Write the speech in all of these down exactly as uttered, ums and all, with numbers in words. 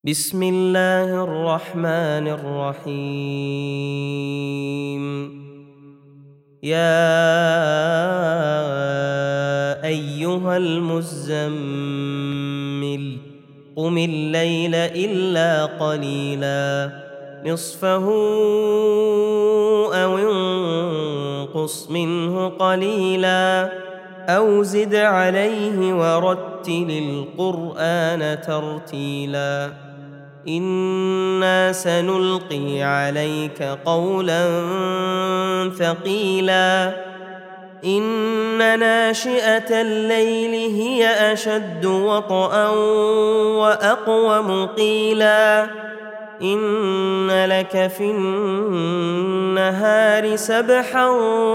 بسم الله الرحمن الرحيم. يا أيها المزمل قم الليل إلا قليلا نصفه أو انقص منه قليلا أو زد عليه ورتل القرآن ترتيلا إنا سنلقي عليك قولا ثقيلا إن ناشئة الليل هي أشد وطئا وأقوم قيلا إن لك في النهار سبحا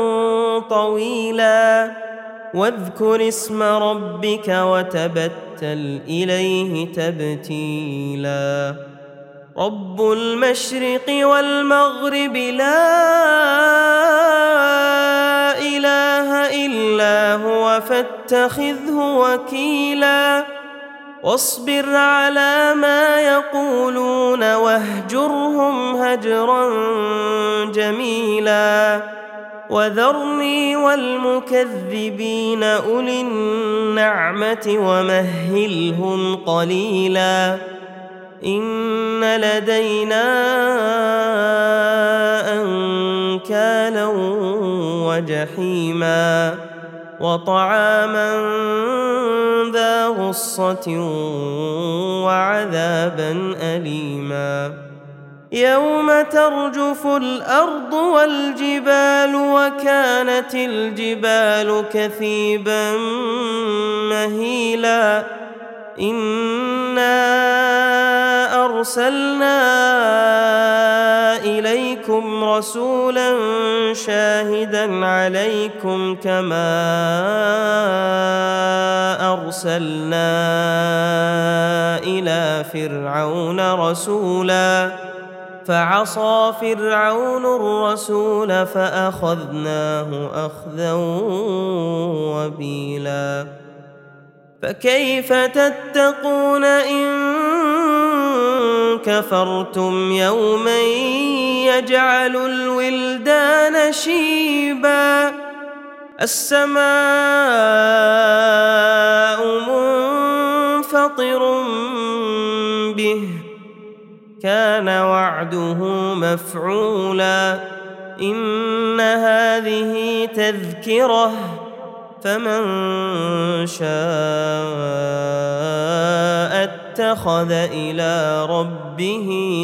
طويلا واذكر اسم ربك وتبتل إليه تبتيلا رب المشرق والمغرب لا إله إلا هو فاتخذه وكيلا واصبر على ما يقولون واهجرهم هجرا جميلا وذرني والمكذبين أولي النعمة ومهلهم قليلا إن لدينا أنكالا وجحيما وطعاما ذا غصة وعذابا أليما يوم ترجف الأرض والجبال وكانت الجبال كثيبا مهيلا إنا أرسلنا إليكم رسولا شاهدا عليكم كما أرسلنا إلى فرعون رسولا فعصى فرعون الرسول فأخذناه أخذا وبيلا فكيف تتقون إن كفرتم يوما يجعل الولدان شيبا السماء منفطر به كان وعده مفعولا إن هذه تذكرة فمن شاء اتخذ إلى ربه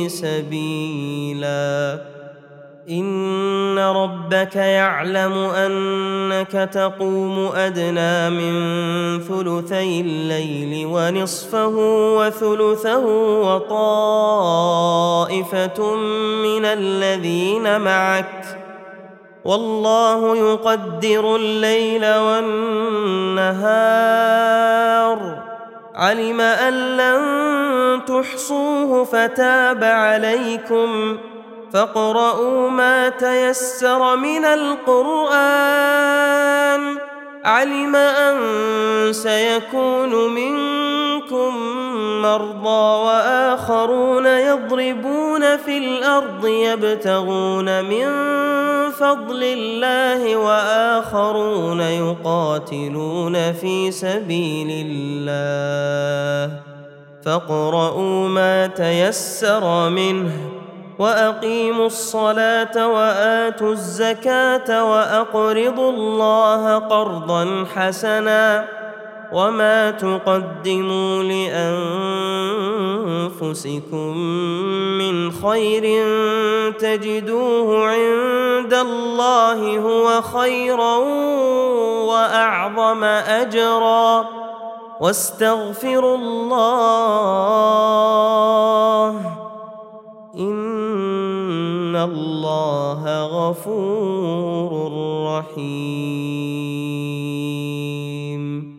سبيلا إن ربك يعلم أنك تقوم أدنى من ثلثي الليل ونصفه وثلثه وطائفة من الذين معك والله يقدر الليل والنهار علم أن لن تحصوه فتاب عليكم فاقرؤوا ما تيسر من القرآن علم أن سيكون منكم مرضى وآخرون يضربون في الأرض يبتغون من فضل الله وآخرون يقاتلون في سبيل الله فاقرؤوا ما تيسر منه وأقيموا الصلاة وآتوا الزكاة وأقرضوا الله قرضا حسنا وما تقدموا لأنفسكم من خير تجدوه عند الله هو خيرا وأعظم أجرا واستغفروا الله إن الله غفور رحيم.